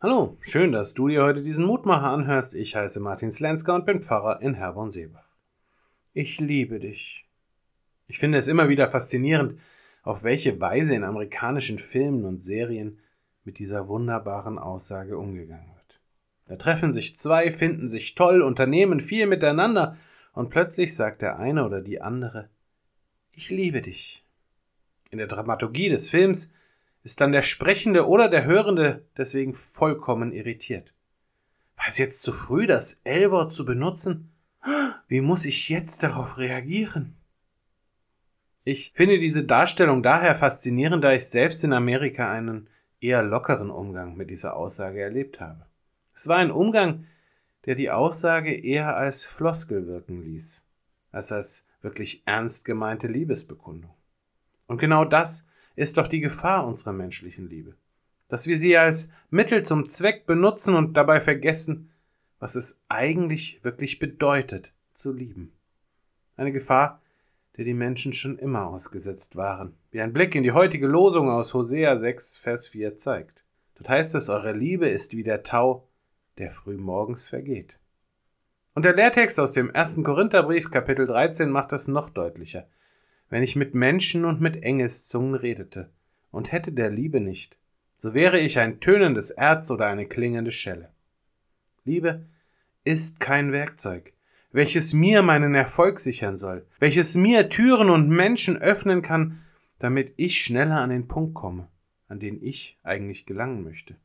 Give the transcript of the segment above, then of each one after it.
Hallo, schön, dass du dir heute diesen Mutmacher anhörst. Ich heiße Martin Slenska und bin Pfarrer in Herborn-Seebach. Ich liebe dich. Ich finde es immer wieder faszinierend, auf welche Weise in amerikanischen Filmen und Serien mit dieser wunderbaren Aussage umgegangen wird. Da treffen sich zwei, finden sich toll, unternehmen viel miteinander und plötzlich sagt der eine oder die andere: Ich liebe dich. In der Dramaturgie des Films ist dann der Sprechende oder der Hörende deswegen vollkommen irritiert. War es jetzt zu früh, das L-Wort zu benutzen? Wie muss ich jetzt darauf reagieren? Ich finde diese Darstellung daher faszinierend, da ich selbst in Amerika einen eher lockeren Umgang mit dieser Aussage erlebt habe. Es war ein Umgang, der die Aussage eher als Floskel wirken ließ, als wirklich ernst gemeinte Liebesbekundung. Und genau das ist doch die Gefahr unserer menschlichen Liebe, dass wir sie als Mittel zum Zweck benutzen und dabei vergessen, was es eigentlich wirklich bedeutet, zu lieben. Eine Gefahr, der die Menschen schon immer ausgesetzt waren, wie ein Blick in die heutige Losung aus Hosea 6, Vers 4 zeigt. Dort heißt es: Eure Liebe ist wie der Tau, der frühmorgens vergeht. Und der Lehrtext aus dem 1. Korintherbrief, Kapitel 13, macht das noch deutlicher. Wenn ich mit Menschen und mit Engelszungen redete und hätte der Liebe nicht, so wäre ich ein tönendes Erz oder eine klingende Schelle. Liebe ist kein Werkzeug, welches mir meinen Erfolg sichern soll, welches mir Türen und Menschen öffnen kann, damit ich schneller an den Punkt komme, an den ich eigentlich gelangen möchte.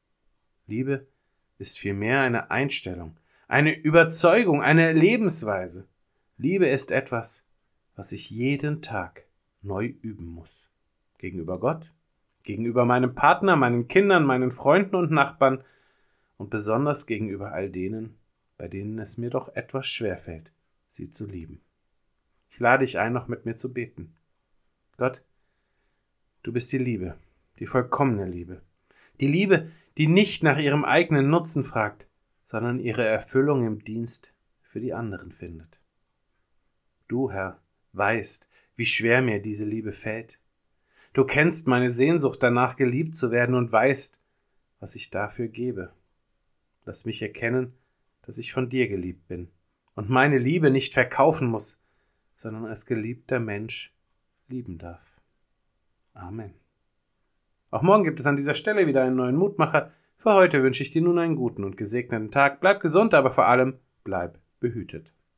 Liebe ist vielmehr eine Einstellung, eine Überzeugung, eine Lebensweise. Liebe ist etwas, was ich jeden Tag neu üben muss. Gegenüber Gott, gegenüber meinem Partner, meinen Kindern, meinen Freunden und Nachbarn und besonders gegenüber all denen, bei denen es mir doch etwas schwerfällt, sie zu lieben. Ich lade dich ein, noch mit mir zu beten. Gott, du bist die Liebe, die vollkommene Liebe. Die Liebe, die nicht nach ihrem eigenen Nutzen fragt, sondern ihre Erfüllung im Dienst für die anderen findet. Du, Herr, weißt, wie schwer mir diese Liebe fällt. Du kennst meine Sehnsucht danach, geliebt zu werden und weißt, was ich dafür gebe. Lass mich erkennen, dass ich von dir geliebt bin und meine Liebe nicht verkaufen muss, sondern als geliebter Mensch lieben darf. Amen. Auch morgen gibt es an dieser Stelle wieder einen neuen Mutmacher. Für heute wünsche ich dir nun einen guten und gesegneten Tag. Bleib gesund, aber vor allem bleib behütet.